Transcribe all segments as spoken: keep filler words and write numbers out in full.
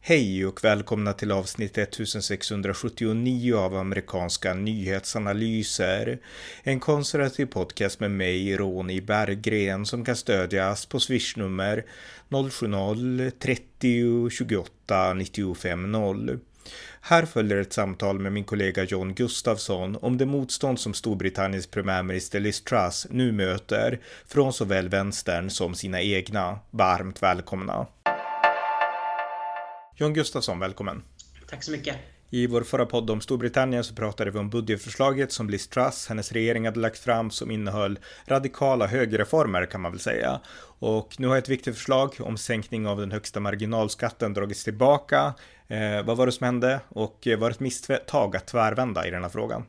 Hej och välkomna till avsnitt sextonhundrasjuttionio av amerikanska nyhetsanalyser. En konservativ podcast med mig, Ronny Berggren, som kan stödjas på swishnummer noll sju noll trettio tjugoåtta nittiofem noll. Här följer ett samtal med min kollega John Gustafsson om det motstånd som Storbritanniens premiärminister Liz Truss nu möter från såväl vänstern som sina egna. Varmt välkomna. John Gustafsson, välkommen. Tack så mycket. I vår förra podd om Storbritannien så pratade vi om budgetförslaget som Liz Truss, hennes regering, hade lagt fram, som innehöll radikala högerreformer kan man väl säga. Och nu har ett viktigt förslag om sänkning av den högsta marginalskatten dragits tillbaka. Eh, vad var det som hände och var det ett misstag att tvärvända i den här frågan?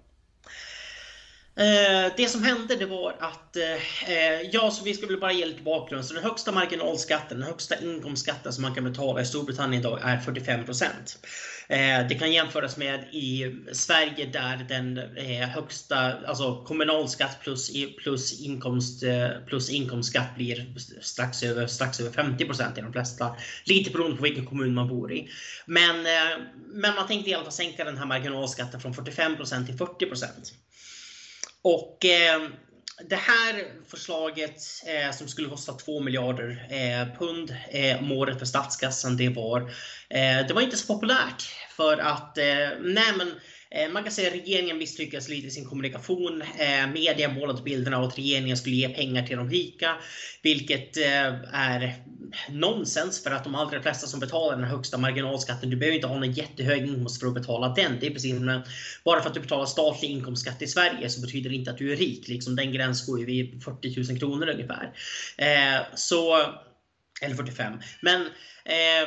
Eh, det som hände det var att eh, ja, så vi ska väl bara ge lite bakgrund. Så den högsta marginalskatten, den högsta inkomstskatten som man kan betala i Storbritannien idag är fyrtiofem procent. Eh, det kan jämföras med i Sverige där den eh, högsta, alltså kommunalskatt plus, plus, inkomst, eh, plus inkomstskatt blir strax över, strax över femtio procent i de flesta. Lite beroende på vilken kommun man bor i. Men, eh, men man tänkte i alla fall sänka den här marginalskatten från fyrtiofem procent till fyrtio procent. Och eh, det här förslaget eh, som skulle kosta två miljarder eh, pund eh, om året för statskassan, det var, eh, det var inte så populärt. För att, eh, nej men eh, man kan säga att regeringen misslyckades lite i sin kommunikation. Eh, media målade bilderna av att regeringen skulle ge pengar till de rika. Vilket eh, är nonsens, för att de allra flesta som betalar den högsta marginalskatten, du behöver inte ha en jättehög inkomst för att betala den. Det är precis som en, bara för att du betalar statlig inkomstskatt i Sverige så betyder det inte att du är rik. Liksom, den gränsen går ju vid fyrtio tusen kronor ungefär. Eh, så, eller fyrtiofem. Men eh,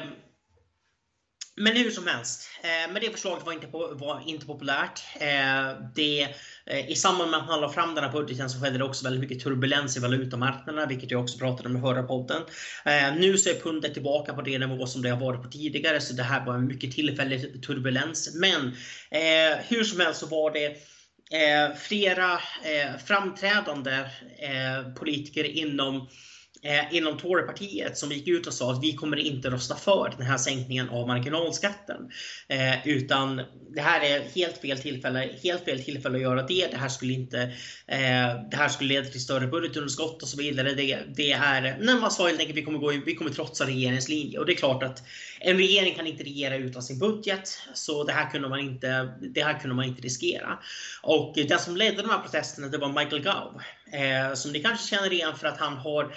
Men hur som helst, eh, men det förslaget var inte, på, var inte populärt. Eh, det, eh, I samband med att man la fram den här budgeten så skedde det också väldigt mycket turbulens i valutamarknaderna, vilket jag också pratade om i förra podden. Eh, nu så är pundet tillbaka på det nivå som det har varit på tidigare, så det här var en mycket tillfällig turbulens. Men eh, hur som helst så var det eh, flera eh, framträdande eh, politiker inom Eh, inom Torypartiet som gick ut och sa att vi kommer inte rösta för den här sänkningen av marginalskatten. Eh, utan det här är helt fel tillfälle, helt fel tillfälle att göra det. Det här skulle inte, eh, det här skulle leda till större budgetunderskott och så vidare. Det, det är, när man sa helt enkelt, vi kommer gå, vi kommer trotsa regeringens linje. Och det är klart att en regering kan inte regera utan sin budget, så det här kunde man inte, det här kunde man inte riskera. Och den som ledde de här protesterna, det var Michael Gove, eh, som ni kanske känner igen för att han har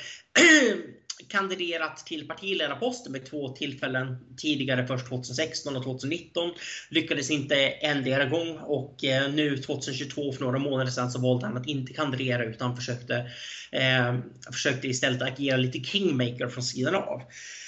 kandiderat till partiledarposten med två tillfällen tidigare, först tjugohundrasexton och tjugonitton. Lyckades inte endera gång, och nu tjugohundratjugotvå, för några månader sedan, så valde han att inte kandidera utan försökte, eh, försökte istället agera lite kingmaker från sidan av.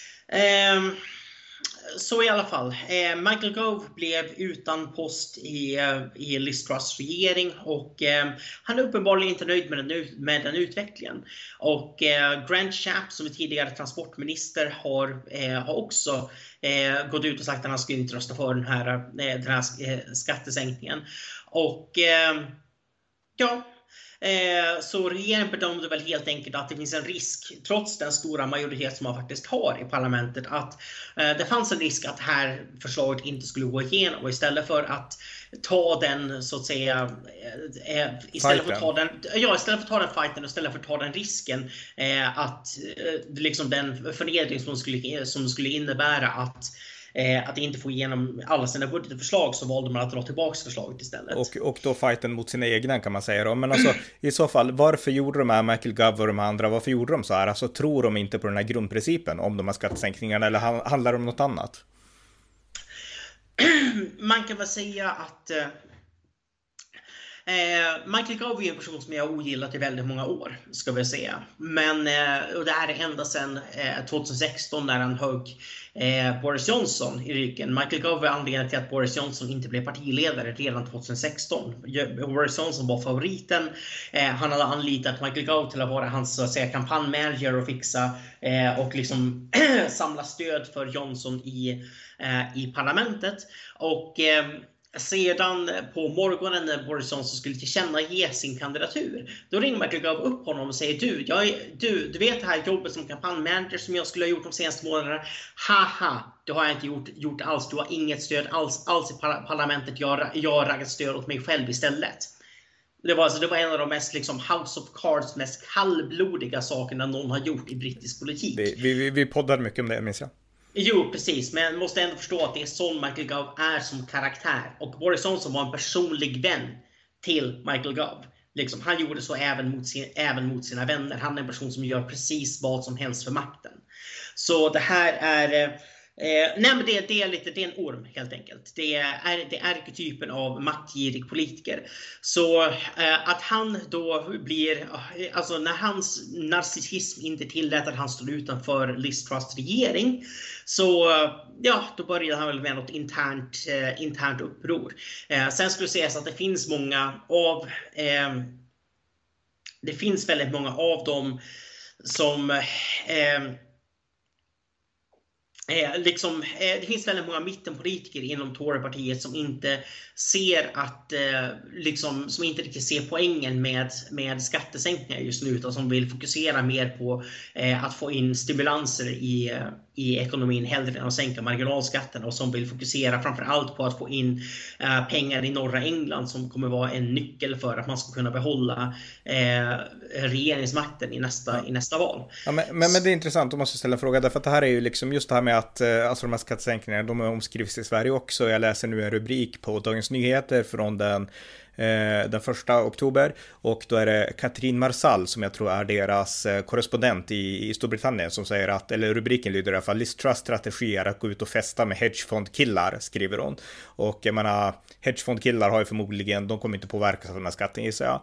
Eh, Så i alla fall, eh, Michael Gove blev utan post i, eh, i Liz Truss regering, och eh, han är uppenbarligen inte nöjd med den, med den utvecklingen. Och eh, Grant Shapps, som är tidigare transportminister, har, eh, har också eh, gått ut och sagt att han ska inte rösta för den här, eh, den här skattesänkningen. Och eh, ja... Eh, så regeringen bedömde väl helt enkelt att det finns en risk, trots den stora majoritet som man faktiskt har i parlamentet, att eh, det fanns en risk att det här förslaget inte skulle gå igenom. Och istället för att ta den, så att säga, eh, istället för att ta den, ja, istället för att ta den fighten, och istället för att ta den risken eh, att eh, liksom den förnedring som skulle, som skulle innebära att Eh, att inte få igenom alla sina budgetförslag, så valde man att dra tillbaka förslaget istället. Och, och då fighten mot sina egna, kan man säga då. Men alltså, i så fall, varför gjorde de här Michael Gove och de andra, varför gjorde de så här? Alltså, tror de inte på den här grundprincipen om de här skattesänkningarna, eller handlar det om något annat? Man kan väl säga att eh, Eh, Michael Gove är en person som jag har ogillat i väldigt många år, ska vi säga. Men eh, och det här är ända sedan eh, tjugohundrasexton, när han högg eh, Boris Johnson i ryggen. Michael Gove är anledningen till att Boris Johnson inte blev partiledare redan tjugohundrasexton. Boris Johnson var favoriten. Eh, han hade anlitat Michael Gove till att vara hans, så att säga, kampanjmanager och fixa eh, och liksom samla stöd för Johnson i, eh, i parlamentet. Och eh, sedan på morgonen när Boris Johnson skulle tillkännage sin kandidatur, då ringer Michael Gove upp honom och säger du, jag är, du, du vet det här jobbet som kampanjmanager som jag skulle ha gjort de senaste månaderna. Haha, det har jag inte gjort, gjort alls. Du har inget stöd alls, alls i parlamentet. Jag, jag har raggat stöd åt mig själv istället. Det var, alltså, det var en av de mest liksom, House of Cards mest kallblodiga sakerna någon har gjort i brittisk politik. Vi, vi, vi poddade mycket om det, minns jag. Jo, precis. Men måste ändå förstå att det är sån Michael Gove är som karaktär. Och Boris Johnson var en personlig vän till Michael Gove. Liksom, han gjorde så även mot, sin, även mot sina vänner. Han är en person som gör precis vad som helst för makten. Så det här är... Eh, nej men det, det är lite, det är en orm helt enkelt. Det är, det är arketypen av maktgirig politiker. Så eh, att han då blir, alltså när hans narcissism inte tillät att han stod utanför Liz Truss regering, så ja, då började han väl med något internt, eh, internt uppror. Eh, sen skulle det sägas att det finns många av eh, det finns väldigt många av dem som eh, Eh, liksom, eh, det finns väldigt många mittenpolitiker inom Torypartiet som inte ser att eh, liksom, som inte riktigt ser poängen med, med skattesänkningar just nu, utan som vill fokusera mer på eh, att få in stimulanser i, i ekonomin hellre än att sänka marginalskatten, och som vill fokusera framförallt på att få in eh, pengar i norra England som kommer vara en nyckel för att man ska kunna behålla eh, regeringsmakten i nästa, ja. i nästa val. Ja, men, men, men det är intressant, om man måste ställa en fråga, därför att det här är ju liksom just det här med att alltså de här skattesänkningarna, de är omskrivs i Sverige också. Jag läser nu en rubrik på Dagens Nyheter från den, eh, den första oktober, och då är det Katrin Marsall som jag tror är deras eh, korrespondent i, i Storbritannien som säger att, eller rubriken lyder i alla fall, Liz Truss strategi är att gå ut och festa med hedgefondkillar, skriver hon. Och jag menar, hedgefondkillar har ju förmodligen, de kommer inte påverkas av den här skatten, gissar jag.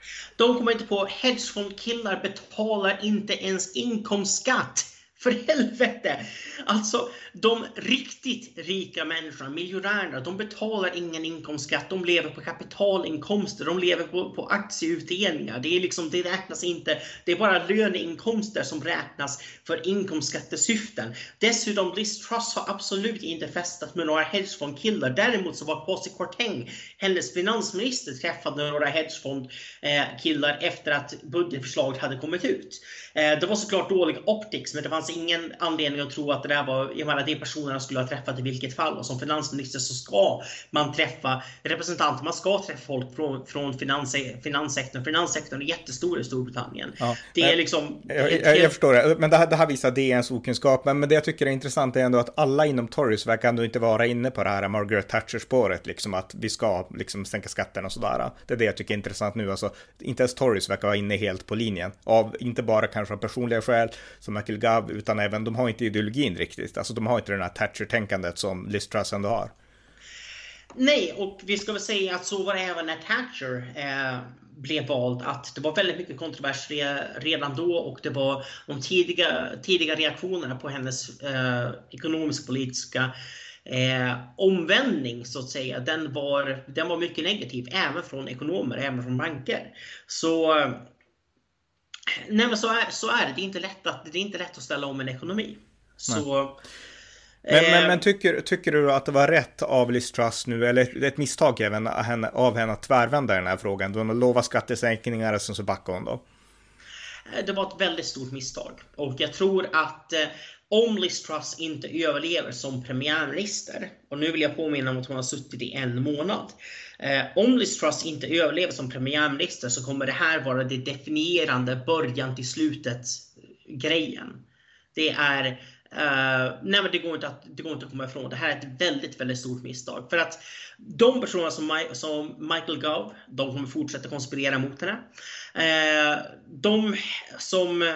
De kommer inte på, hedgefondkillar betalar inte ens inkomstskatt. För helvete! Alltså, de riktigt rika människorna, miljonärerna, de betalar ingen inkomstskatt. De lever på kapitalinkomster, de lever på, på aktieutdelningar. Det är liksom, det räknas inte. Det är bara löneinkomster som räknas för inkomstskattesyften. Dessutom, Liz Truss har absolut inte festat med några hedgefondkillar. Däremot så var Kwasi Kwarteng, hennes finansminister, träffade några hedgefondkillar efter att budgetförslaget hade kommit ut. Det var såklart dålig optics, men det fanns ingen anledning att tro att det där var, jag menar, det personerna skulle ha träffat i vilket fall. Och som finansminister så ska man träffa representanter, man ska träffa folk från, från finans, finanssektorn. Finanssektorn är jättestor i Storbritannien. Ja, det är liksom... Jag, jag, jag förstår det, men det här, det här visar D N:s okunskap. Men, men det jag tycker är intressant är ändå att alla inom Tories verkar ändå inte vara inne på det här Margaret Thatcher-spåret, liksom att vi ska liksom sänka skatten och sådär. Det är det jag tycker är intressant nu. Alltså, inte ens Tories verkar vara inne helt på linjen. Av, inte bara kanske av personliga skäl som Michael Gove, utan även, de har inte ideologin riktigt. Alltså de har inte den här Thatcher-tänkandet som Liz Truss ändå har. Nej, och vi ska väl säga att så var det även när Thatcher eh, blev vald, att det var väldigt mycket kontrovers redan då, och det var de tidiga, tidiga reaktionerna på hennes eh, ekonomisk-politiska eh, omvändning, så att säga. Den var, den var mycket negativ, även från ekonomer, även från banker. Så... Nej, men så är, så är det. Det är inte lätt att, det är inte lätt att ställa om en ekonomi. Så, men, eh, men, men tycker, tycker du att det var rätt av Liz Truss nu, eller ett misstag även av henne att tvärvända den här frågan? Du har lovat skattesänkningar och sen så backar hon då. Det var ett väldigt stort misstag. Och jag tror att eh, om Liz Truss inte överlever som premiärminister, och nu vill jag påminna om att hon har suttit i en månad. Eh, om Liz Truss inte överlever som premiärminister, så kommer det här vara det definierande början till slutet grejen. Det är uh, nej, men det går inte att det går inte att komma ifrån. Det här är ett väldigt väldigt stort misstag, för att de personer som, som Michael Gove, de kommer fortsätta konspirera mot henne. Uh, de som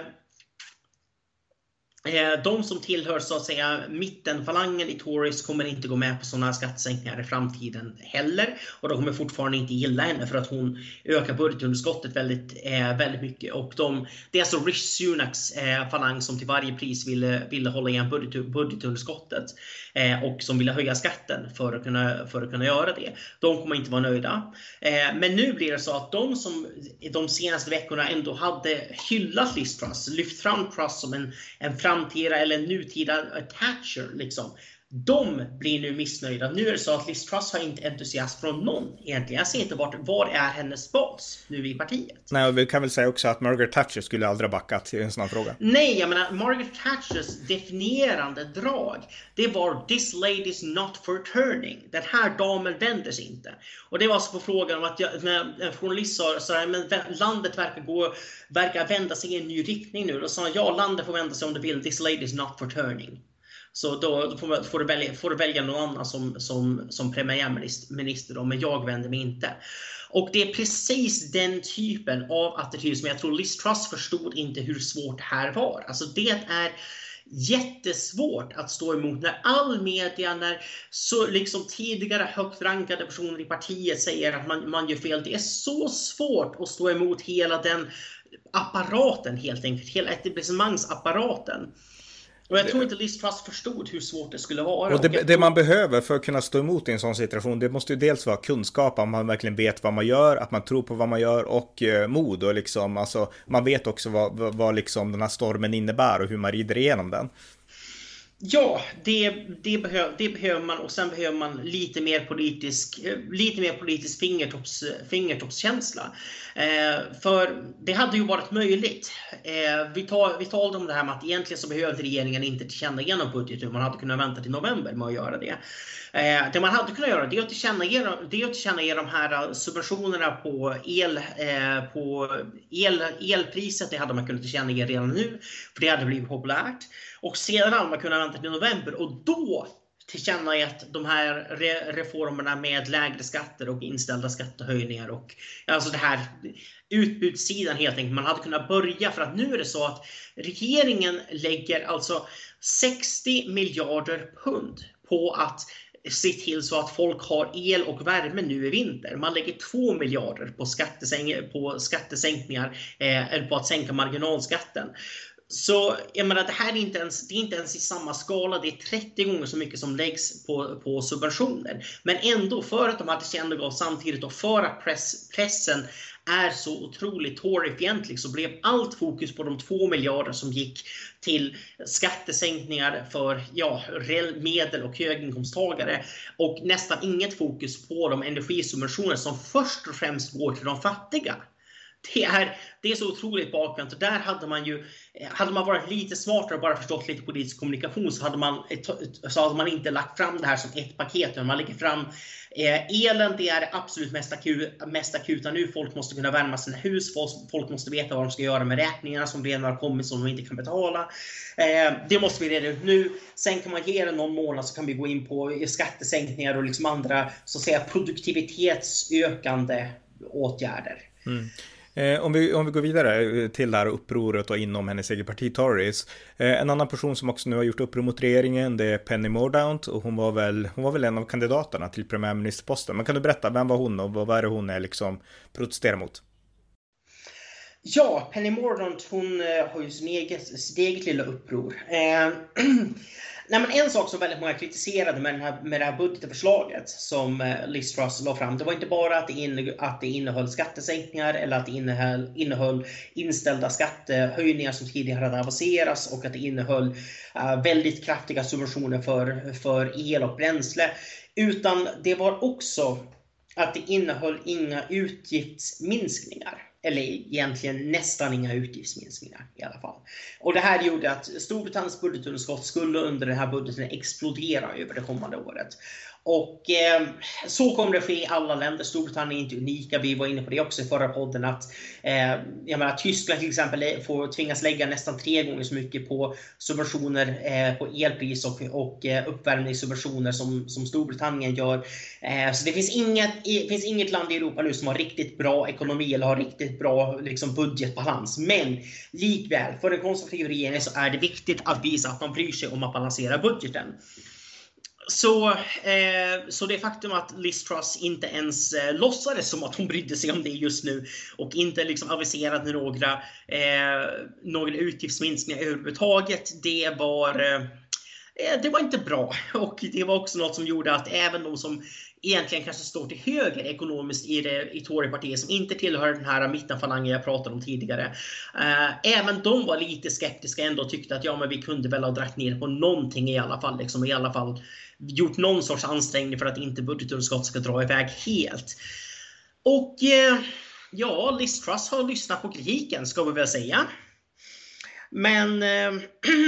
De som tillhör, så att säga, mittenfalangen i Tories kommer inte gå med på sådana här skattesänkningar i framtiden heller. Och de kommer fortfarande inte gilla henne för att hon ökar budgetunderskottet väldigt, eh, väldigt mycket. Och de, det är alltså Rishi Sunaks eh, falang som till varje pris ville, ville hålla igen budget, budgetunderskottet. Eh, och som ville höja skatten för att, kunna, för att kunna göra det. De kommer inte vara nöjda. Eh, men nu blir det så att de som de senaste veckorna ändå hade hyllat Liz Truss, lyft fram Truss som en, en framtida eller nutida Thatcher, liksom. De blir nu missnöjda. Nu är det så att Liz Truss har inte entusiasm från någon egentligen. Jag ser inte vart, var är hennes bas nu i partiet. Nej, och vi kan väl säga också att Margaret Thatcher skulle aldrig ha backat i en sån här fråga. Nej, jag menar Margaret Thatchers definierande drag, det var "This lady's not for turning". Den här damen vänder sig inte. Och det var alltså på frågan om att jag, när en journalist sa så här, men landet verkar gå verkar vända sig i en ny riktning nu. Då sa jag, ja, landet får vända sig om det vill. "This lady's not for turning". Så då får, får, du välja, får du välja någon annan som, som, som premiärminister då, men jag vänder mig inte. Och det är precis den typen av attityd som jag tror Liz Truss förstod inte hur svårt det här var. Alltså det är jättesvårt att stå emot när all media, när så liksom tidigare högt rankade personer i partiet säger att man, man gör fel. Det är så svårt att stå emot hela den apparaten helt enkelt, hela etablissemangsapparaten. Och jag tror inte Liz Truss förstod hur svårt det skulle vara. Och det, det man behöver för att kunna stå emot i en sån situation, det måste ju dels vara kunskap, om man verkligen vet vad man gör, att man tror på vad man gör, och eh, mod. Och liksom, alltså, man vet också vad, vad, vad liksom den här stormen innebär och hur man rider igenom den. Ja, det, det, behöv, det behöver man, och sen behöver man lite mer politisk, lite mer politisk fingertopps, fingertoppskänsla. Eh, för det hade ju varit möjligt. Eh, vi, tar, vi talade om det här med att egentligen så behövde regeringen inte tillkännage någon budget. Man hade kunnat vänta till november med att göra det. Eh, det man hade kunnat göra, det är att tillkännage, det är att tillkännage de här subventionerna på, el, eh, på el, elpriset. Det hade man kunnat tillkännage redan nu, för det hade blivit populärt. Och sedan hade man kunnat vänta till november, och då tillkännage att de här re- reformerna med lägre skatter och inställda skattehöjningar och alltså det här utbudssidan helt enkelt. Man hade kunnat börja, för att nu är det så att regeringen lägger alltså sextio miljarder pund på att se till så att folk har el och värme nu i vinter. Man lägger två miljarder på, skattesäng- på skattesänkningar eh, eller på att sänka marginalskatten. Så jag menar, det här är inte ens, det är inte ens i samma skala. Det är trettio gånger så mycket som läggs på, på subventioner. Men ändå, för att de hade tillkännagav samtidigt och för att press, pressen är så otroligt Tory-fientlig, så blev allt fokus på de två miljarder som gick till skattesänkningar för ja, medel- och höginkomsttagare, och nästan inget fokus på de energisubventioner som först och främst går till de fattiga. Det är, det är så otroligt bakvänt, och där hade man ju hade man varit lite smartare och bara förstått lite politisk kommunikation, så hade man, så hade man inte lagt fram det här som ett paket. Man lägger fram eh, elen, det är det absolut mest, akut, mest akuta nu. Folk måste kunna värma sina hus, folk, folk måste veta vad de ska göra med räkningarna som redan har kommit som de inte kan betala. Eh, det måste vi reda ut nu. Sen kan man ge det någon månad, så kan vi gå in på skattesänkningar och liksom andra så att säga produktivitetsökande åtgärder. Mm. Eh, om, vi, om vi går vidare till det här upproret och inom hennes egen parti Tories. Eh, en annan person som också nu har gjort uppror mot regeringen, det är Penny Mordaunt, och hon var väl, hon var väl en av kandidaterna till premiärministerposten. Men kan du berätta, vem var hon och vad är det hon är liksom protesterar mot? Ja, Penny Mordaunt, hon eh, har ju sin eget, sitt eget lilla uppror. Eh, Nej, men en sak som väldigt många kritiserade med, den här, med det här budgetförslaget som eh, Liz Truss la fram, det var inte bara att det, in, att det innehöll skattesänkningar eller att det innehöll, innehöll inställda skattehöjningar som tidigare hade aviserats, och att det innehöll eh, väldigt kraftiga subventioner för, för el och bränsle, utan det var också att det innehöll inga utgiftsminskningar. Eller egentligen nästan inga utgiftsminskningar i alla fall. Och det här gjorde att Storbritanniens budgetunderskott skulle under den här budgeten explodera över det kommande året. Och eh, så kommer det ske i alla länder. Storbritannien är inte unika. Vi var inne på det också i förra podden, att eh, jag menar, Tyskland till exempel får tvingas lägga nästan tre gånger så mycket på subventioner eh, på elpris och, och eh, uppvärmningssubventioner som, som Storbritannien gör. Eh, så det finns inget, det finns inget land i Europa nu som har riktigt bra ekonomi eller har riktigt bra liksom, budgetbalans. Men likväl, för en konservativ regering så är det viktigt att visa att man bryr sig om att balansera budgeten. Så, eh, så det faktum att Liz Truss inte ens eh, låtsades som att hon brydde sig om det just nu och inte liksom aviserade några, eh, några utgiftsminskningar överhuvudtaget, det var, eh, det var inte bra. Och det var också något som gjorde att även de som egentligen kanske står till höger ekonomiskt i, det, i Torypartiet som inte tillhör den här mittenfalangen jag pratade om tidigare. Eh, även de var lite skeptiska ändå och tyckte att ja, men vi kunde väl ha dragit ner på någonting i alla fall. Liksom, i alla fall gjort någon sorts ansträngning för att inte budgetunderskott ska dra iväg helt. Och eh, ja, Liz Truss har lyssnat på kritiken ska vi väl säga. Men eh,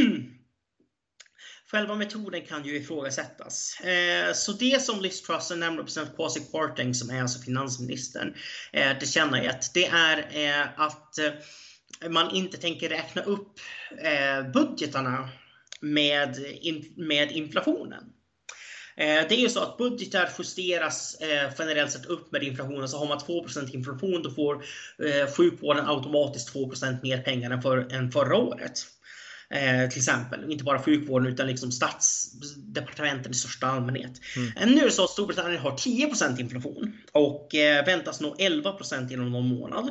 själva metoden kan ju ifrågasättas. Eh, så det som Liz Truss och närmare bestämt Kwasi Kwarteng som är alltså finansministern eh, det känner jag att det är eh, att eh, man inte tänker räkna upp eh, budgetarna med, in, med inflationen. Det är ju så att budgetar justeras generellt sett upp med inflationen. Så har man två procent inflation då får sjukvården automatiskt två procent mer pengar än, för, än förra året. Till exempel, inte bara sjukvården utan liksom statsdepartementen i största allmänhet. Mm. Nu är det så att Storbritannien har tio procent inflation och väntas nå elva procent inom någon månad.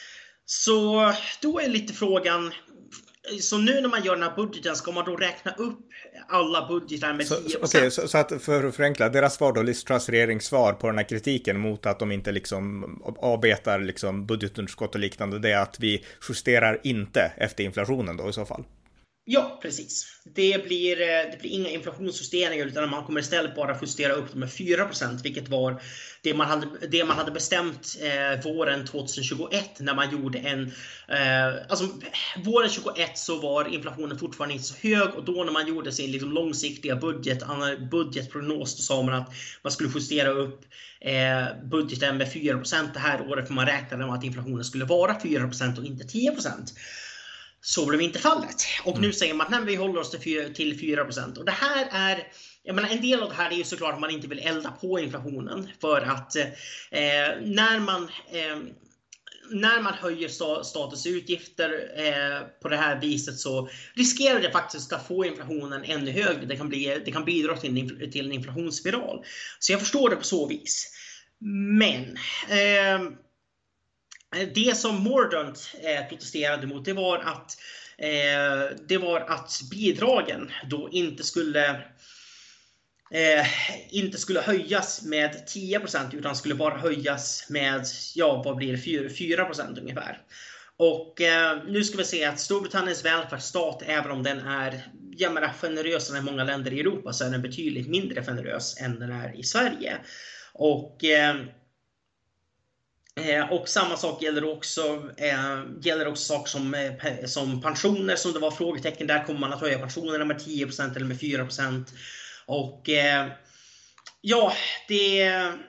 Så då är lite frågan... Så nu när man gör den här budgeten ska man då räkna upp alla budgetar med tio procent. Okej, okay, så, så att för att förenkla, deras svar då, Liz Truss regeringssvar på den här kritiken mot att de inte liksom arbetar liksom budgetunderskott och liknande, det är att vi justerar inte efter inflationen då i så fall. Ja, precis. Det blir, det blir inga inflationsjusteringar utan man kommer istället bara justera upp dem med fyra procent, vilket var det man hade, det man hade bestämt eh, våren tjugohundratjugoett när man gjorde en... Eh, alltså våren tjugohundratjugoett så var inflationen fortfarande inte så hög och då när man gjorde sin liksom, långsiktiga budget, budgetprognos då sa man att man skulle justera upp eh, budgeten med fyra procent det här året för man räknade med att inflationen skulle vara fyra procent och inte tio procent. Så blev inte fallet. Och mm. nu säger man att vi håller oss till fyra procent. Och det här är, jag menar, en del av det här är ju såklart att man inte vill elda på inflationen. För att eh, när, man, eh, när man höjer statens utgifter eh, på det här viset så riskerar det faktiskt att få inflationen ännu högre. Det kan, bli, det kan bidra till en, till en inflationsspiral. Så jag förstår det på så vis. Men... Eh, Det som Mordaunt eh, protesterade mot det var, att, eh, det var att bidragen då inte skulle, eh, inte skulle höjas med tio procent utan skulle bara höjas med, ja vad blir det, fyra procent ungefär. Och eh, nu ska vi se att Storbritanniens välfärdsstat, även om den är jag menar, generösare än många länder i Europa, så är den betydligt mindre generös än den är i Sverige. Och... Eh, Och samma sak gäller också, eh, gäller också saker som, eh, som pensioner som det var frågetecken. Där kommer man att höja pensionerna med tio procent eller med fyra procent. Och eh, ja, det,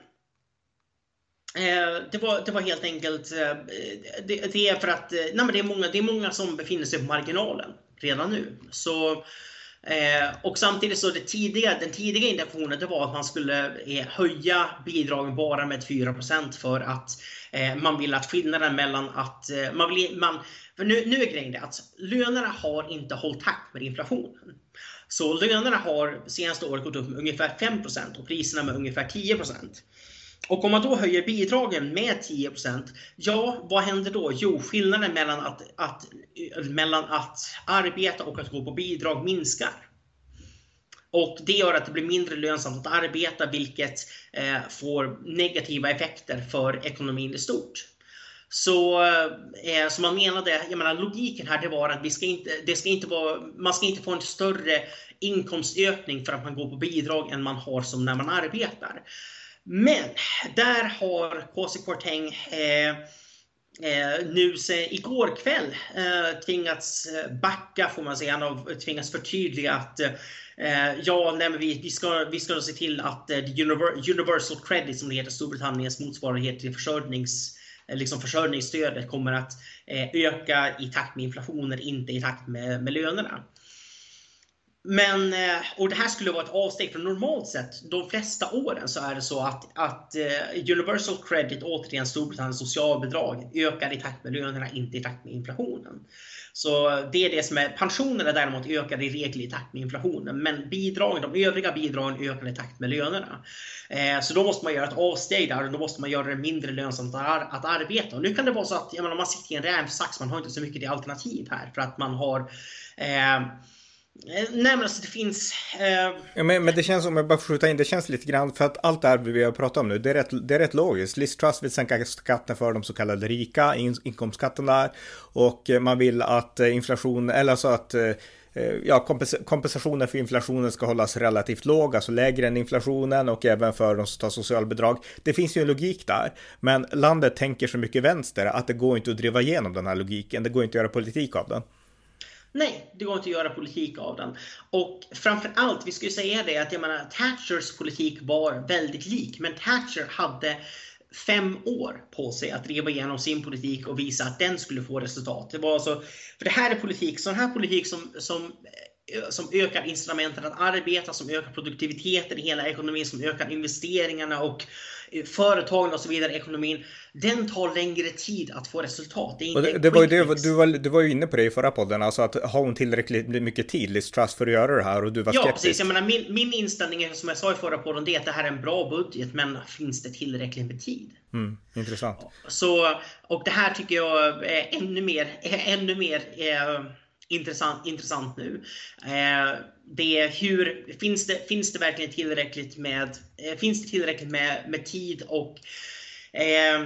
eh, det, var, det var helt enkelt, eh, det, det är för att nej, men det, är många, det är många som befinner sig på marginalen redan nu. Så... Eh, och samtidigt så det tidiga, den tidiga indikationen det var att man skulle eh, höja bidragen bara med fyra procent för att eh, man vill att skillnaden mellan att eh, man vill, man, för nu, nu är grejen det att lönerna har inte hållit takt med inflationen. Så lönerna har senaste året gått upp med ungefär fem procent och priserna med ungefär tio procent. Och om man då höjer bidragen med tio procent, ja, vad händer då? Jo, skillnaden mellan att, att, mellan att arbeta och att gå på bidrag minskar. Och det gör att det blir mindre lönsamt att arbeta, vilket eh, får negativa effekter för ekonomin i stort. Så, eh, så man menade, jag menar, logiken här det var att vi ska inte, det ska inte vara, man ska inte få en större inkomstökning för att man går på bidrag än man har som när man arbetar. Men där har Kwasi Kwarteng eh, eh, nu se, igår kväll eh, tvingats backa, får man säga. Han har tvingats förtydliga att eh, ja, nej, men vi, vi, ska, vi ska se till att eh, Universal Credit, som det heter, Storbritanniens motsvarighet till försörjnings, liksom försörjningsstödet, kommer att eh, öka i takt med inflationen, inte i takt med, med lönerna. Men, och det här skulle vara ett avsteg från normalt sett. De flesta åren så är det så att, att Universal Credit, återigen Storbritanniens socialbidrag, ökar i takt med lönerna, inte i takt med inflationen. Så det är det som är, pensionerna däremot ökar i regel i takt med inflationen. Men bidragen, de övriga bidragen ökar i takt med lönerna. Eh, så då måste man göra ett avsteg där och då måste man göra det mindre lönsamt att, att arbeta. Och nu kan det vara så att jag menar, man sitter i en rävsax, man har inte så mycket alternativ här för att man har... Eh, Nej, men alltså det finns... Eh... Ja, men, men det känns, om jag bara får skjuta in, det känns lite grann, för att allt det här vi har pratat om nu, det är rätt, det är rätt logiskt. Liz Truss vill sänka skatten för de så kallade rika, in, inkomstskatten där, och man vill att inflation, eller så att ja, kompens- kompensationen för inflationen ska hållas relativt låg, alltså lägre än inflationen, och även för de som tar socialbidrag. Det finns ju en logik där, men landet tänker så mycket vänster att det går inte att driva igenom den här logiken, det går inte att göra politik av den. Nej, det går inte att göra politik av den. Och framförallt, vi ska ju säga det, att jag menar, Thatchers politik var väldigt lik. Men Thatcher hade fem år på sig att driva igenom sin politik och visa att den skulle få resultat. Det var alltså, för det här är politik, sån här politik som, som, som ökar incitamenten att arbeta, som ökar produktiviteten i hela ekonomin, som ökar investeringarna och företagen och så vidare i ekonomin. Den tar längre tid att få resultat. Det, är inte det, det, var ju det, du, var, du var ju inne på det i förra podden, alltså att ha hon tillräckligt mycket tid, Liz Truss, för att göra det här, och du var skeptisk. Ja, precis. Jag menar, min, min inställning är, som jag sa i förra podden, det är att det här är en bra budget, men finns det tillräckligt med tid? Mm, intressant. Så, och det här tycker jag är ännu mer, är ännu mer eh, intressant, intressant nu. Eh, det är hur, finns det, finns det verkligen tillräckligt med, eh, finns det tillräckligt med, med tid och eh,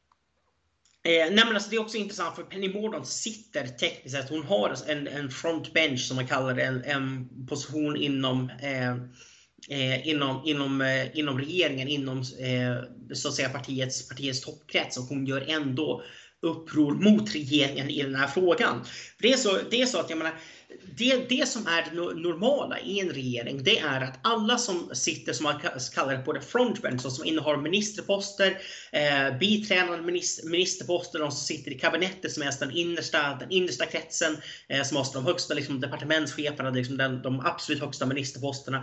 Eh, nej men alltså det är också intressant, för Penny Mordaunt sitter tekniskt sett, hon har en, en frontbench som man kallar det, en, en position inom eh, eh, inom, inom, eh, inom regeringen, inom eh, så att säga partiets, partiets toppkrets, och hon gör ändå uppror mot regeringen i den här frågan. För det är så, det är så att jag menar, det, det som är det normala i en regering, det är att alla som sitter, som man kallar det på det frontbench, som innehar ministerposter, eh, biträdande minister, ministerposter, de som sitter i kabinettet, som är den innersta, den innersta kretsen, eh, som har de högsta liksom, departementscheferna, liksom den, de absolut högsta ministerposterna.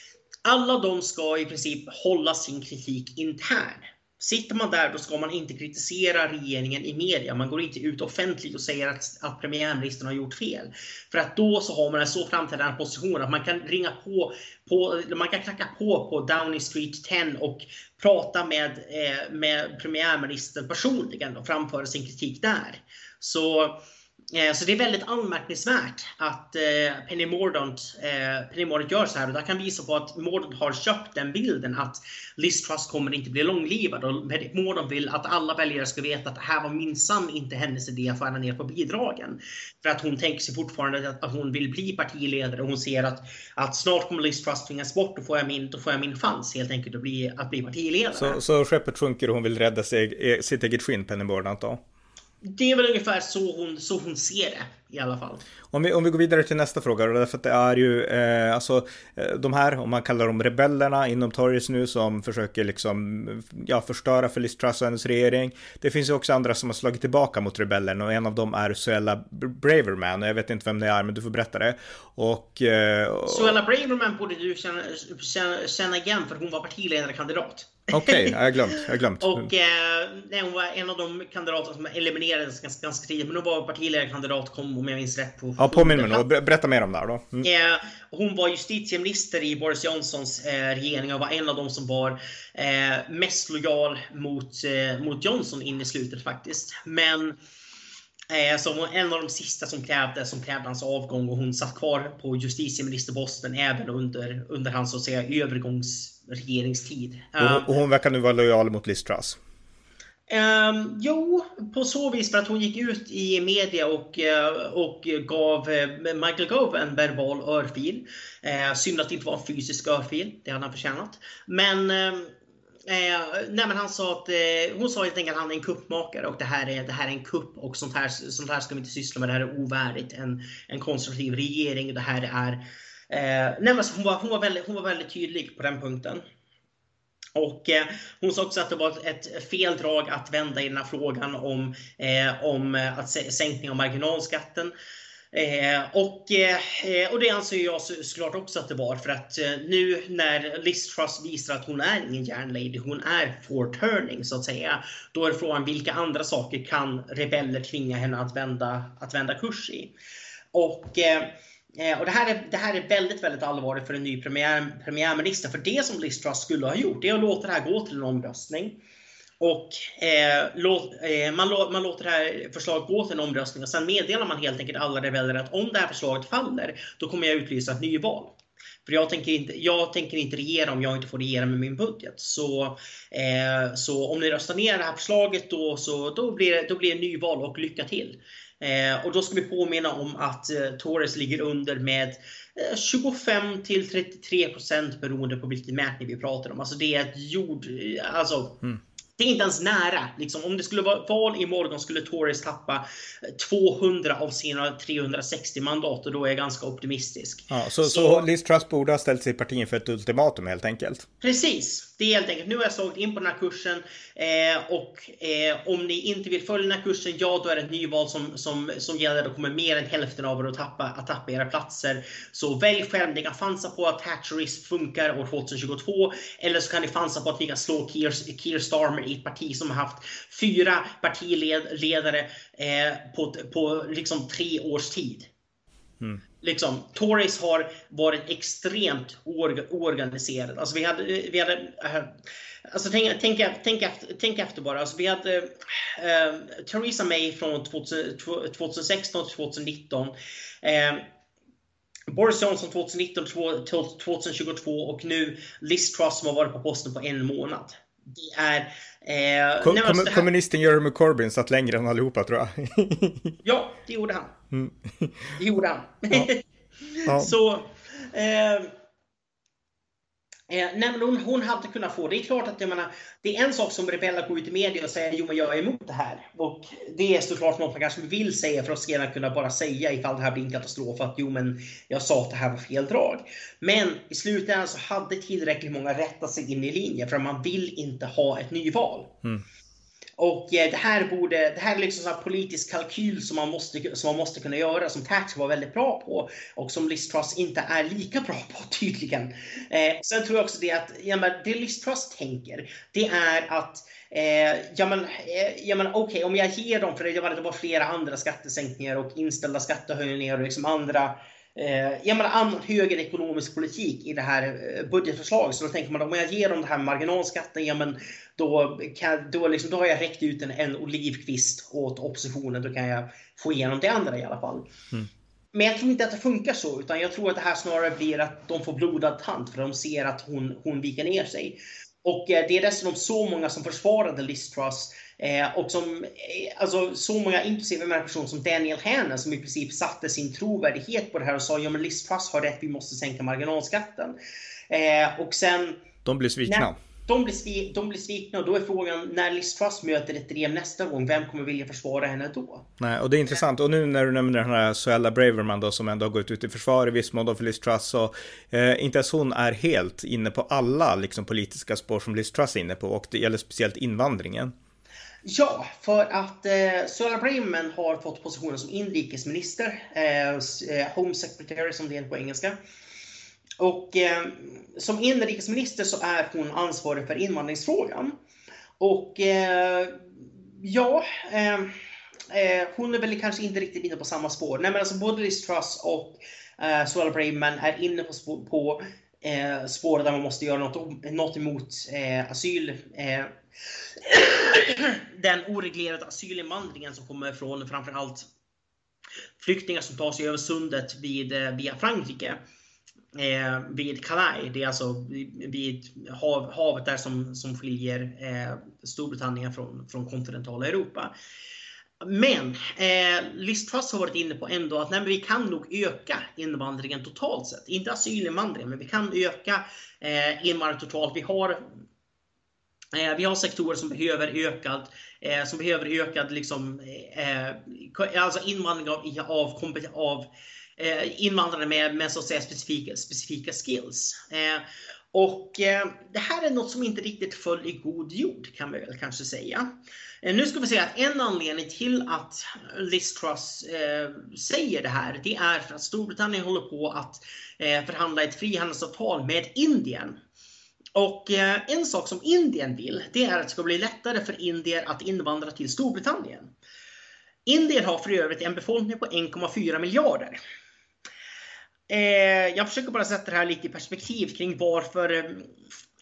Alla de ska i princip hålla sin kritik intern. Sitter man där, då ska man inte kritisera regeringen i media. Man går inte ut offentligt och säger att, att premiärministern har gjort fel. För att då så har man en så framträdande position att man kan ringa på, på man kan knacka på på Downing Street tio och prata med, eh, med premiärministern personligen och framföra sin kritik där. Så... Så det är väldigt anmärkningsvärt att Penny Mordaunt, Penny Mordaunt gör så här, och det kan visa på att Mordaunt har köpt den bilden att Liz Truss kommer inte bli långlivad, och Penny Mordaunt vill att alla väljare ska veta att det här var minsann inte hennes idé att föra ner på bidragen, för att hon tänker sig fortfarande att, att hon vill bli partiledare, och hon ser att, att snart kommer Liz Truss tvingas bort, och får jag min, då får jag min chans helt enkelt att bli, att bli partiledare. Så, så skeppet sjunker och hon vill rädda sig, sitt eget skinn, Penny Mordaunt då? Det är väl ungefär så hon, så hon ser det i alla fall. Om vi, om vi går vidare till nästa fråga, och därför att det är ju eh, alltså de här, om man kallar dem rebellerna inom Tories nu, som försöker liksom ja, förstöra för Liz Truss och hennes regering. Det finns ju också andra som har slagit tillbaka mot rebellerna, och en av dem är Suella Braverman, och jag vet inte vem det är, men du får berätta det. Och, eh, och... Suella Braverman borde du känna, känna, känna igen, för hon var partiledarkandidat. Okej, okay, jag har glömt, jag har glömt. Och eh, nej, hon var en av de kandidater som eliminerades ganska, ganska tidigt, men hon var partiledarkandidat, kom om jag minns rätt på. Ja, påminn mig då. Berätta mer om det här då. Mm. Eh, hon var justitieminister i Boris Johnsons eh, regering, och var en av de som var eh, mest lojal mot, eh, mot Johnson in i slutet faktiskt. Men eh, som var en av de sista som krävde, som krävde hans avgång, och hon satt kvar på justitieministerposten även under, under hans så att säga övergångsregeringstid. Uh, och, och hon verkar nu vara lojal mot Liz Truss. Um, jo, på så vis, för att hon gick ut i media och, och gav Michael Gove en verbal örfil. Uh, synd att det inte var en fysisk örfil, det hade han förtjänat. Men, uh, nej, men han sa att, uh, hon sa helt enkelt att han är en kuppmakare, och det här är, det här är en kupp, och sånt här, sånt här ska vi inte syssla med, det här är ovärdigt en, en konservativ regering. Det här är, uh, nej, men hon, var, hon, var väldigt, hon var väldigt tydlig på den punkten. Och eh, hon sa också att det var ett feldrag att vända i den här frågan om, eh, om att sänkning av marginalskatten. Eh, och, eh, och det anser jag såklart också att det var, för att eh, nu när Liz Truss visar att hon är ingen järnlady, hon är for turning så att säga, då är frågan vilka andra saker kan rebeller tvinga henne att vända, att vända kurs i. Och... Eh, Och det här, är, det här är väldigt, väldigt allvarligt för en ny premiär, premiärminister. För det som Liz Truss skulle ha gjort, det är att låta det här gå till en omröstning. Och eh, låt, eh, man, lå, man låter det här förslaget gå till en omröstning och sen meddelar man helt enkelt alla väljare att om det här förslaget faller, då kommer jag utlysa ett nyval. För jag tänker inte, jag tänker inte regera om jag inte får regera med min budget. Så, eh, så om ni röstar ner det här förslaget då, så, då, blir det, då blir det nyval och lycka till. Eh, och då ska vi påminna om att eh, Tories ligger under med eh, tjugofem till trettiotre procent beroende på vilken mätning vi pratar om. Alltså det är ett jord... Alltså, mm. Det är inte ens nära. Liksom, om det skulle vara val imorgon skulle Tories tappa tvåhundra av sina trehundrasextio mandat och då är jag ganska optimistisk. Ja, så, så, så Liz Truss borde ha ställt sig i partiet för ett ultimatum helt enkelt. Precis, det är helt enkelt. Nu har jag slagit in på den här kursen eh, och eh, om ni inte vill följa den här kursen, ja då är det ett nyval som, som, som gäller. Då kommer mer än hälften av er att tappa, att tappa era platser. Så välj själv, ni kan chansa på att Thatcherism funkar år tjugohundratjugotvå eller så kan ni chansa på att ni kan slå Keir, Keir Starmer i ett parti som har haft fyra partiledare eh, på, på liksom tre års tid. Mm. Liksom, Tories har varit extremt or- organiserade. Alltså vi hade, vi hade äh, alltså tänk, tänk, tänk, efter, tänk efter bara. Alltså vi hade äh, Theresa May från tjugohundrasexton till tjugonitton. Äh, Boris Johnson tjugonitton till tjugohundratjugotvå och nu Liz Truss som har varit på posten på en månad. Det är eh, Kom, kom, här... Kommunisten Jeremy Corbyn satt längre än allihopa tror jag. Ja, det gjorde han. Mm. Det gjorde han. Ja. Ja. Så eh, eh, nej, men hon, hon hade kunnat få. Det är klart att jag menar, det är en sak som Rebella går ut i media och säger jo men jag är emot det här. Och det är såklart något man kanske vill säga för att sedan kunna bara säga ifall det här blir en katastrof att jo men jag sa att det här var fel drag. Men i slutändan så hade tillräckligt många rättat sig in i linje för man vill inte ha ett nyval. Mm. Och eh, det här borde det här är liksom en politisk kalkyl som man måste som man måste kunna göra som Thatcher var väldigt bra på och som Liz Truss inte är lika bra på tydligen. Eh, sen tror jag också det att ja, men det Liz Truss tänker det är att eh, ja men eh, ja men okej okay, om jag ger dem för det var det var flera andra skattesänkningar och inställda skattehöjningar och liksom andra Eh, jag menar annan högre ekonomisk politik i det här eh, budgetförslaget så då tänker man att om jag ger dem det här marginalskatten ja men då, kan, då, liksom, då har jag räckt ut en, en olivkvist åt oppositionen då kan jag få igenom det andra i alla fall. Mm. Men jag tror inte att det funkar så utan jag tror att det här snarare blir att de får blodad tand för de ser att hon, hon viker ner sig. Och eh, det är dessutom så många som försvarade Liz Truss eh, och som, eh, alltså så många inklusive en person som Daniel Hannan som i princip satte sin trovärdighet på det här och sa ja men Liz Truss har rätt, vi måste sänka marginalskatten. Eh, och sen... De blir svikna. När, de, blir svi, de blir svikna och då är frågan när Liz Truss möter ett drev nästa gång, vem kommer vilja försvara henne då? Nej, och det är intressant. Och nu när du nämner den här Suella Braverman då, som ändå har gått ut i försvar i viss mån då för Liz Truss så eh, inte ens hon är helt inne på alla liksom, politiska spår som Liz Truss är inne på och det gäller speciellt invandringen. Ja, för att eh, Suella Braverman har fått positionen som inrikesminister, eh, Home Secretary som det är på engelska. Och eh, som inrikesminister så är hon ansvarig för invandringsfrågan. Och eh, ja, eh, eh, hon är väl kanske inte riktigt inne på samma spår. Nej men alltså både Liz Truss och eh, Suella Braverman är inne på, spår, på eh, spår där man måste göra något, något emot eh, asyl. Eh, den oreglerade asylinvandringen som kommer från framförallt flyktingar som tar sig över sundet vid, via Frankrike. Eh, vid Calais, det är alltså vid hav, havet där som, som skiljer eh, Storbritannien från, från kontinentala Europa. Men eh, Liz Truss har varit inne på ändå att nej, men vi kan nog öka invandringen totalt sett. Inte asylinvandringen, men vi kan öka eh, invandringen totalt. Vi har, eh, vi har sektorer som behöver ökad, eh, som behöver ökad liksom, eh, alltså invandring av, av, av invandrare med, med så att säga specifika, specifika skills. Eh, och eh, det här är något som inte riktigt föll i god jord kan man väl kanske säga. Eh, nu ska vi säga att en anledning till att Liz Truss eh, säger det här det är för att Storbritannien håller på att eh, förhandla ett frihandelsavtal med Indien. Och eh, en sak som Indien vill det är att det ska bli lättare för indier att invandra till Storbritannien. Indien har för övrigt en befolkning på en komma fyra miljarder. Eh, jag försöker bara sätta det här lite i perspektiv kring varför,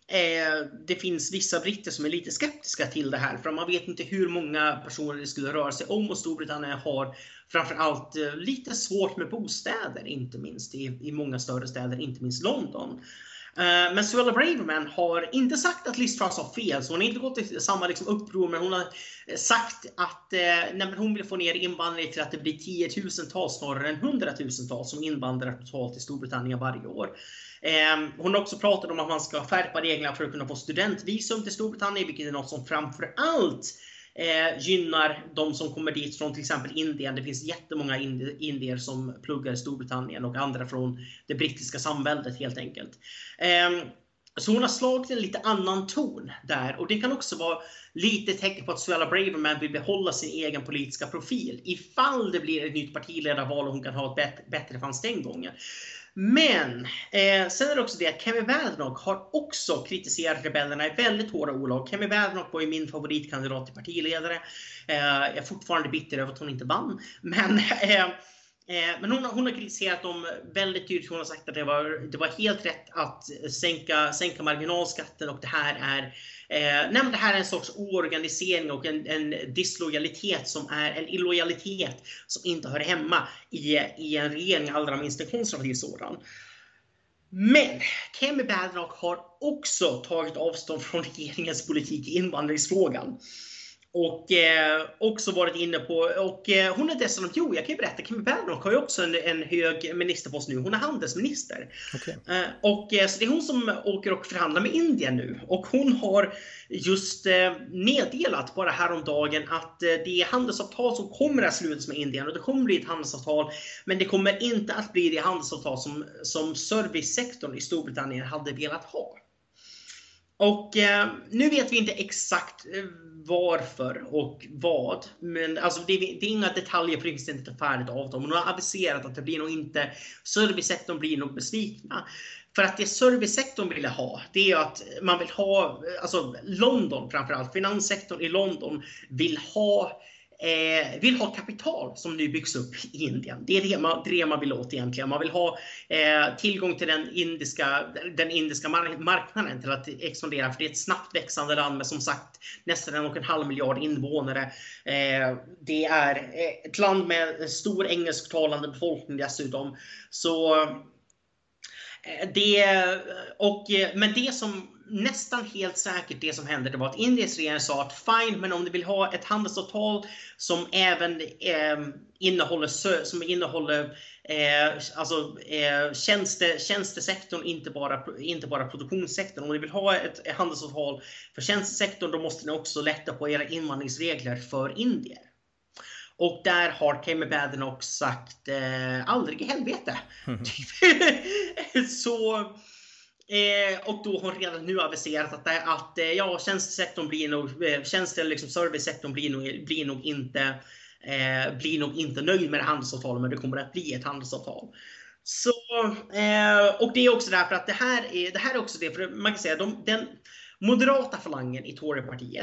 eh, det finns vissa britter som är lite skeptiska till det här, för man vet inte hur många personer det skulle röra sig om, och Storbritannien har framförallt eh, lite svårt med bostäder, inte minst i, i många större städer, inte minst London. Men Suella Braverman har inte sagt att Liz Truss har fel, så hon har inte gått i samma liksom uppror, men hon har sagt att eh, nej, hon vill få ner invandring till att det blir tiotusentals snarare än hundratusentals som invandrar totalt i Storbritannien varje år. Eh, hon har också pratat om att man ska skärpa reglerna för att kunna få studentvisum till Storbritannien, vilket är något som framför allt Eh, gynnar de som kommer dit från till exempel Indien. Det finns jättemånga ind- indier som pluggar i Storbritannien och andra från det brittiska samväldet helt enkelt. Eh, så hon har slagit en lite annan ton där, och det kan också vara lite tecken på att Suella Braverman vill behålla sin egen politiska profil ifall det blir ett nytt partiledarval och hon kan ha ett bet- bättre chans den gången. Men eh, sen är det också det att Kemi Badenoch har också kritiserat rebellerna i väldigt hårda ordalag. Kemi Badenoch var ju min favoritkandidat till partiledare. Eh, jag är fortfarande bitter över att hon inte vann. Men, eh, eh, men hon, hon har kritiserat dem väldigt tydligt. Hon har sagt att det var, det var helt rätt att sänka, sänka marginalskatten, och det här är Eh, nej, det här är en sorts oorganisering och en, en dislojalitet som är en illojalitet som inte hör hemma i, i en regering, allra minst en konservativ sådan. Men Kemi Badenoch har också tagit avstånd från regeringens politik i invandringsfrågan. Och eh, också varit inne på, och eh, hon är dessutom, jo jag kan ju berätta, Kemi Badenoch har ju också en, en hög ministerpost nu, hon är handelsminister. Okay. Eh, och eh, så det är hon som åker och förhandlar med Indien nu, och hon har just eh, meddelat bara häromdagen att eh, det är handelsavtal som kommer att slutas med Indien, och det kommer bli ett handelsavtal, men det kommer inte att bli det handelsavtal som, som servicesektorn i Storbritannien hade velat ha. Och eh, nu vet vi inte exakt eh, varför och vad. Men alltså, det, är, det är inga detaljer, för det finns inte ett färdigt avtal. Men hon har aviserat att det blir nog inte, servicesektorn blir nog besvikna. För att det servicesektorn vill ha, det är att man vill ha, alltså London framförallt, finanssektorn i London vill ha Eh, vill ha kapital som nu byggs upp i Indien. Det är det man, det man vill åt egentligen. Man vill ha eh, tillgång till den indiska, den indiska mar- marknaden till att expandera. För det är ett snabbt växande land med som sagt nästan en och en halv miljard invånare. Eh, det är ett land med en stor engelsktalande befolkning dessutom. Så eh, det, och, men det som nästan helt säkert det som hände, det var att Indiens regering sa att fine, men om du vill ha ett handelsavtal som även eh, innehåller, som innehåller eh, alltså, eh, tjänste, tjänstesektorn, inte bara, inte bara produktionssektorn. Om du vill ha ett, ett handelsavtal för tjänstesektorn, då måste ni också lätta på era invandringsregler för indier. Och där har Kemi Badenoch sagt eh, aldrig i helvete. Mm. Så... Eh, och då har hon redan nu aviserat att, att eh, ja, tjänstesektorn blir nog, eh, tjänste, liksom servicesektorn blir nog, blir nog inte eh, blir nog inte nöjd med det handelsavtalet, men det kommer att bli ett handelsavtal. Så, eh, och det är också därför att det här är, det här är också det, för man kan säga de, den moderata falangen i Torypartiet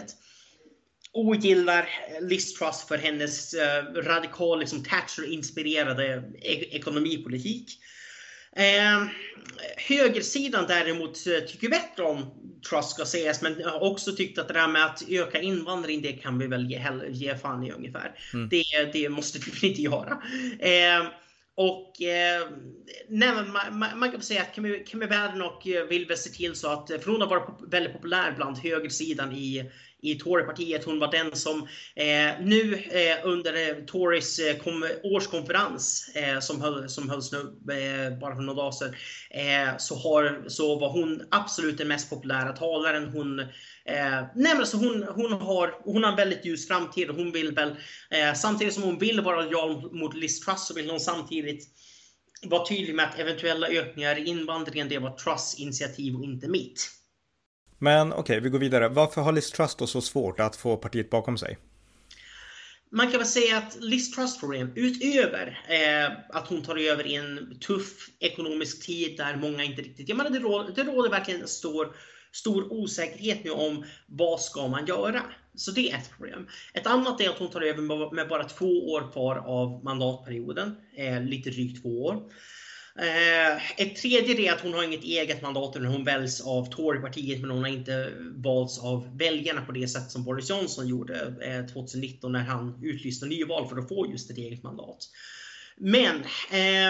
ogillar Liz Truss för hennes eh, radikal, liksom Thatcher-inspirerade e- ekonomipolitik. Eh, högersidan däremot tycker bättre om Truss, ska sägas, men har också tyckt att det där med att öka invandring, det kan vi väl ge, ge fan i ungefär. Mm. Det, det måste vi väl inte göra. Eh, och eh, nej, man, man, man kan säga att Kemi, Kemi Badenoch vill väl se till så att, för hon har varit pop- väldigt populär bland högersidan i i Torypartiet. Hon var den som eh, nu eh, under eh, Torys eh, kom, årskonferens eh, som, höll, som hölls nu eh, bara för några dagar sedan, eh, så, har, så var hon absolut den mest populära talaren. Hon, eh, nej, men alltså hon, hon, har, hon har en väldigt ljus framtid, och hon vill väl eh, samtidigt som hon vill vara lojal mot Liz Truss, så vill hon samtidigt vara tydlig med att eventuella ökningar i invandringen, det var Truss initiativ och inte mitt. Men okej, okay, vi går vidare. Varför har Liz Truss då så svårt att få partiet bakom sig? Man kan väl säga att Liz Truss problem, utöver eh, att hon tar över i en tuff ekonomisk tid där många inte riktigt... Jag menar, det råder, det råder verkligen en stor, stor osäkerhet nu om vad ska man göra. Så det är ett problem. Ett annat är att hon tar över med bara två år kvar av mandatperioden. Eh, lite drygt två år. Eh, ett tredje är att hon har inget eget mandat när hon väljs av Torypartiet, men hon har inte valts av väljarna på det sätt som Boris Johnson gjorde eh, tjugonitton när han utlyste nyval för att få just ett eget mandat. Men eh,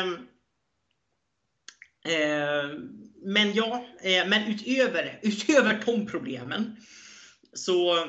eh, men ja, eh, men utöver, utöver de problemen så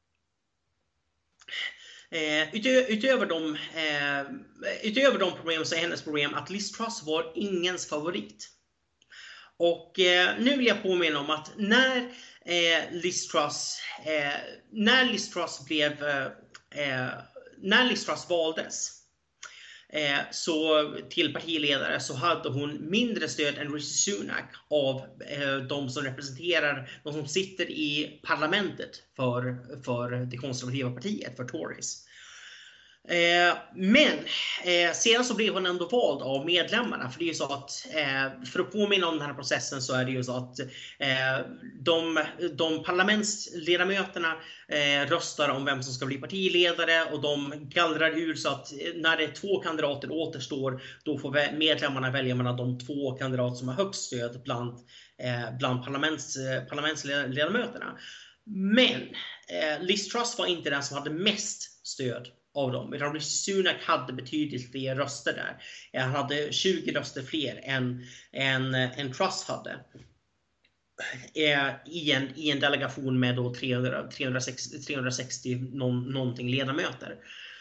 Eh, utö utöver, de, eh, utöver de problem så är hennes problem att Liz Truss var ingens favorit. Och eh, nu vill jag påminna om att när eh, Liz Truss, eh, när Liz Truss blev, eh, när Liz Truss valdes eh, så till partiledare, så hade hon mindre stöd än Rishi Sunak av eh, de som representerar, de som sitter i parlamentet för, för det konservativa partiet, för Tories. Eh, men eh, sedan så blev hon ändå vald av medlemmarna, för det är ju så att eh, för att påminna om den här processen så är det ju så att eh, de, de parlamentsledamöterna eh, röstar om vem som ska bli partiledare, och de gallrar ur så att när det är två kandidater återstår, då får medlemmarna välja mellan de två kandidater som har högst stöd bland, eh, bland parlaments, eh, parlamentsledamöterna. Men eh, Liz Truss var inte den som hade mest stöd av dem. Rishi Sunak hade betydligt fler röster där. Han hade tjugo röster fler än, än, än Truss hade. I en, i en delegation med då trehundra, trehundrasextio, trehundrasextio någon, någonting ledamöter.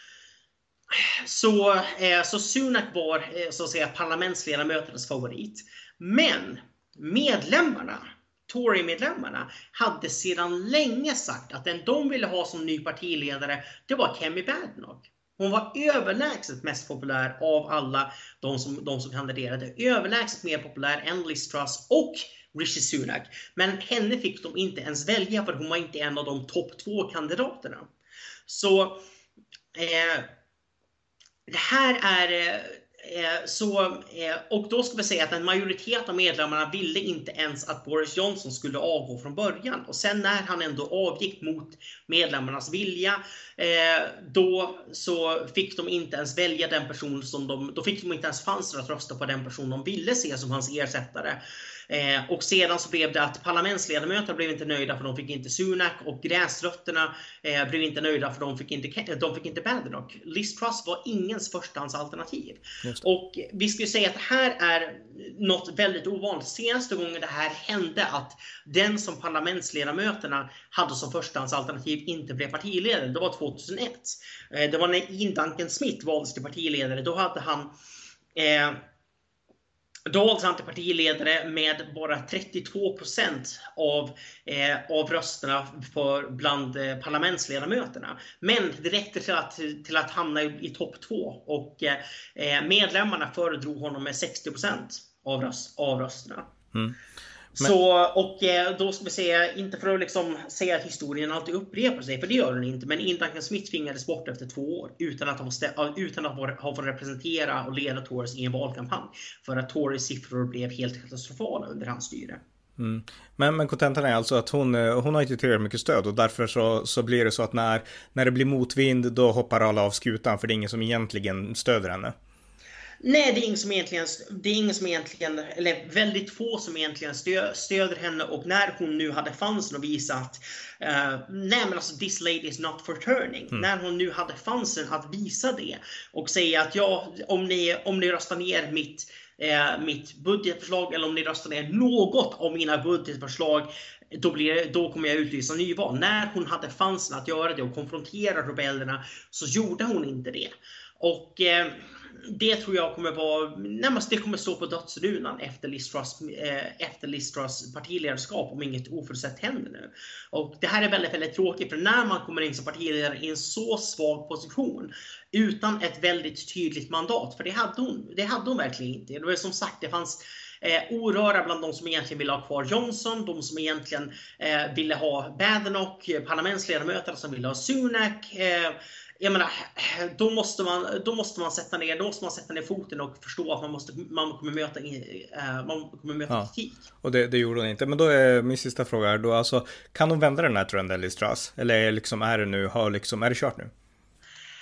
Så, så Sunak var så att säga parlamentsledamöternas favorit. Men medlemmarna, Tory-medlemmarna, hade sedan länge sagt att den de ville ha som ny partiledare, det var Kemi Badenoch. Hon var överlägset mest populär av alla de som, de som kandiderade. Överlägset mer populär än Liz Truss och Rishi Sunak. Men henne fick de inte ens välja, för hon var inte en av de topp två kandidaterna. Så eh, det här är... Eh, så, eh, och då ska vi säga att en majoritet av medlemmarna ville inte ens att Boris Johnson skulle avgå från början. Och sen när han ändå avgick mot medlemmarnas vilja, eh, då så fick de inte ens välja den person som de, då fick de inte ens chansen att rösta på den person de ville se som hans ersättare. Eh, och sedan så blev det att parlamentsledamöter blev inte nöjda, för de fick inte Sunak, och gräsrötterna eh, blev inte nöjda, för de fick inte, de fick inte Badenoch. Liz Truss var ingens förstahandsalternativ. Och vi skulle säga att det här är något väldigt ovanligt. Senaste gången det här hände att den som parlamentsledamöterna hade som förstahandsalternativ inte blev partiledare, det var tjugohundraett. Eh, det var när Ian Duncan Smith valdes till partiledare. Då hade han eh, Då valdes han till partiledare med bara trettiotvå procent av, eh, av rösterna för, bland eh, parlamentsledamöterna. Men det räckte till att, till att hamna i, i topp två, och eh, medlemmarna föredrog honom med sextio procent av, röst, av rösterna. Mm. Men... Så, och då ska vi säga, inte för att liksom säga att historien alltid upprepar sig, för det gör den inte, men Ian Duncan Smith tvingades bort efter två år utan att ha, utan att ha fått representera och leda Tories i en valkampanj, för att Tories siffror blev helt katastrofala under hans styre. Mm. Men, men kontentan är alltså att hon, hon har inte tillräckligt mycket stöd, och därför så, så blir det så att när, när det blir motvind, då hoppar alla av skutan, för det är ingen som egentligen stöder henne. Nej, det är ingen som egentligen, det är ingen som egentligen, eller väldigt få som egentligen stö, stöder henne. Och när hon nu hade chansen att visa att uh, nej men alltså this lady is not for turning. Mm. När hon nu hade chansen att visa det och säga att ja, om ni, om ni röstar ner mitt, uh, mitt budgetförslag, eller om ni röstar ner något av mina budgetförslag, Då, blir, då kommer jag utlysa nyval. När hon hade chansen att göra det och konfrontera rebellerna, så gjorde hon inte det. Och eh, det tror jag kommer vara, närmast det kommer stå på dödsrunan efter Liz Truss, eh, efter Liz Truss partiledarskap, om inget oförutsett händer nu. Och det här är väldigt, väldigt tråkigt, för när man kommer in som partiledare i en så svag position utan ett väldigt tydligt mandat, för det hade hon, det hade hon verkligen inte. Det var som sagt, det fanns Eh, oröra bland de som egentligen ville ha kvar Johnson, de som egentligen eh, ville ha Badenoch, parlamentsledamöter som ville ha Sunak. Eh, jag menar, då måste man då måste man sätta ner då måste man sätta ner foten och förstå att man måste man kommer möta eh, man kommer möta ja. kritik. Och det, det gjorde hon inte. Men då är min sista fråga då, alltså, kan hon vända den här trenden, Liz Truss? Eller liksom är det nu har liksom är det kört nu?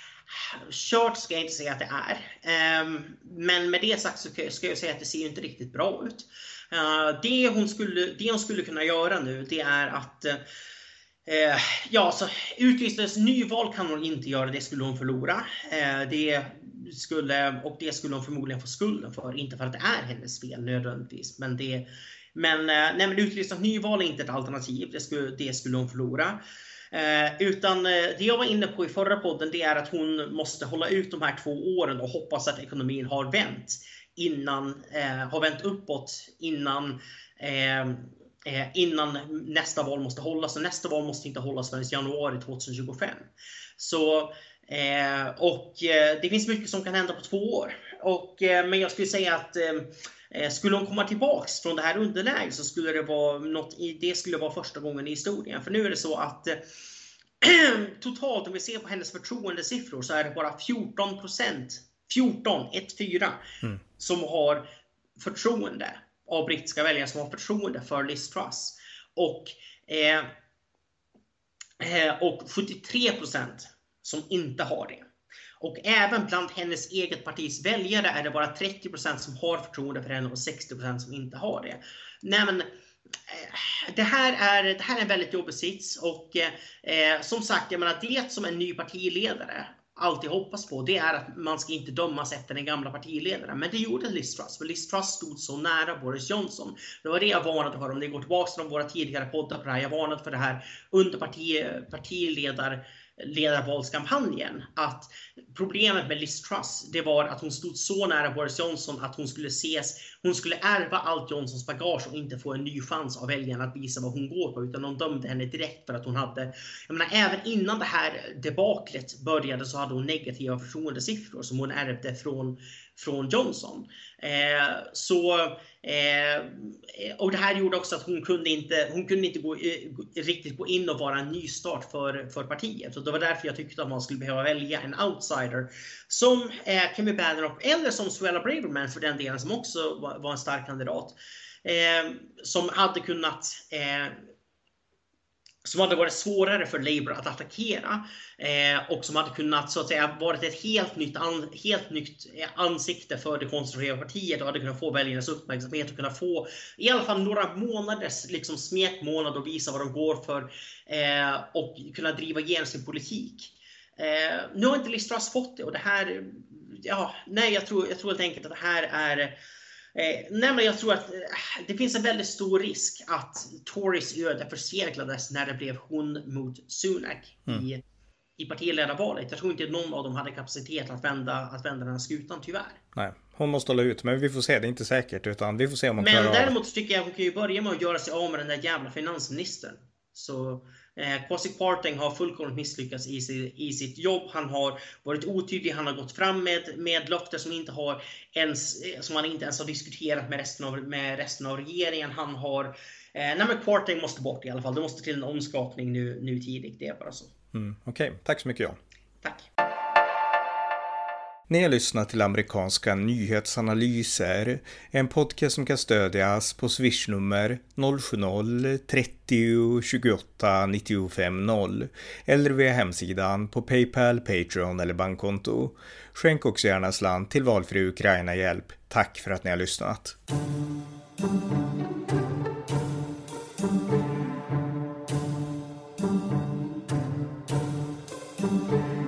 kört ska jag inte säga att det är. Eh, men med det sagt så ska jag säga att det ser inte riktigt bra ut. Eh, det, hon skulle, det hon skulle kunna göra nu, det är att eh, ja, så utlystes nyval kan hon inte göra, det skulle hon förlora. Eh, det skulle, och det skulle hon förmodligen få skulden för, inte för att det är hennes fel nödvändigtvis, men det men, nej, men utlysat nyval är inte ett alternativ, det skulle, det skulle hon förlora. Eh, utan eh, det jag var inne på i förra podden, det är att hon måste hålla ut de här två åren och hoppas att ekonomin har vänt innan, eh, har vänt uppåt innan eh, eh, innan nästa val måste hållas. Och nästa val måste inte hållas förrän i januari tjugohundratjugofem. Så eh, och eh, det finns mycket som kan hända på två år. Och, eh, men jag skulle säga att eh, skulle hon komma tillbaks från det här underläget så skulle det vara något i, det skulle vara första gången i historien. För nu är det så att eh, totalt, om vi ser på hennes förtroendesiffror, så är det bara fjorton procent, fjorton, ett fyra mm. som har förtroende av brittiska väljare, som har förtroende för Liz Truss. Och, eh, och sjuttiotre procent som inte har det. Och även bland hennes eget partis väljare är det bara trettio procent som har förtroende för henne och sextio procent som inte har det. Nej, men det här är, det här är en väldigt jobbig sits. Och eh, som sagt, jag menar, det som en ny partiledare alltid hoppas på, det är att man ska inte dömas efter den gamla partiledaren. Men det gjorde Liz Truss, för Liz Truss stod så nära Boris Johnson. Det var det jag varnade för. Om ni går tillbaka till våra tidigare poddar på det här, jag varnade för det här under parti, partiledar ledarvalskampanjen, att problemet med Liz Truss, det var att hon stod så nära Boris Johnson att hon skulle ses, hon skulle ärva allt Johnsons bagage och inte få en ny chans av väljarna att visa vad hon går på, utan de dömde henne direkt för att hon hade, jag menar, även innan det här debaklet började så hade hon negativa förtroendesiffror som hon ärvde från från Johnson. Eh, så eh, och det här gjorde också att hon kunde inte hon kunde inte gå, eh, riktigt gå in och vara en nystart för för partiet. Och det var därför jag tyckte att man skulle behöva välja en outsider som eh, Kemi Badenoch eller som Suella Braverman för den delen, som också var, var en stark kandidat, eh, som hade kunnat eh, som hade varit svårare för Labour att attackera eh, och som hade kunnat, så att säga, varit ett helt nytt, an, helt nytt ansikte för det konservativa partiet och hade kunnat få väljarnas uppmärksamhet och kunna få i alla fall några månaders liksom, smekmånad och visa vad de går för eh, och kunna driva igenom sin politik. Eh, nu har inte Liz Truss fått det, och det här, ja, nej, jag tror, jag tror helt enkelt att det här är Eh, nej, men jag tror att eh, det finns en väldigt stor risk att Tories öde förseglades när det blev hon mot Sunak mm. i, i partiledarvalet. Jag tror inte att någon av dem hade kapacitet att vända, att vända den här skutan, tyvärr. Nej, hon måste hålla ut, men vi får se, det är inte säkert, utan vi får se om hon men klarar av. Men däremot tycker jag att hon kan ju börja med att göra sig av med den där jävla finansministern. Så eh, Kwasi Kwarteng har fullkomligt misslyckats i, si, i sitt jobb. Han har varit otydlig, han har gått fram med, med löften som, inte har ens, som han inte ens har diskuterat med resten av, med resten av regeringen. Han har, eh, nej men Kwarteng måste bort i alla fall. Det måste till en omskapning nu, nu tidigt, det är bara så. Mm, Okej, okay. Tack så mycket, Jan. Tack. Ni har lyssnat till amerikanska nyhetsanalyser, en podcast som kan stödjas på swishnummer noll sju noll trettio tjugoåtta nittiofem noll eller via hemsidan på PayPal, Patreon eller bankkonto. Skänk också gärna slant till valfri Ukraina-hjälp. Tack för att ni har lyssnat. Thank you.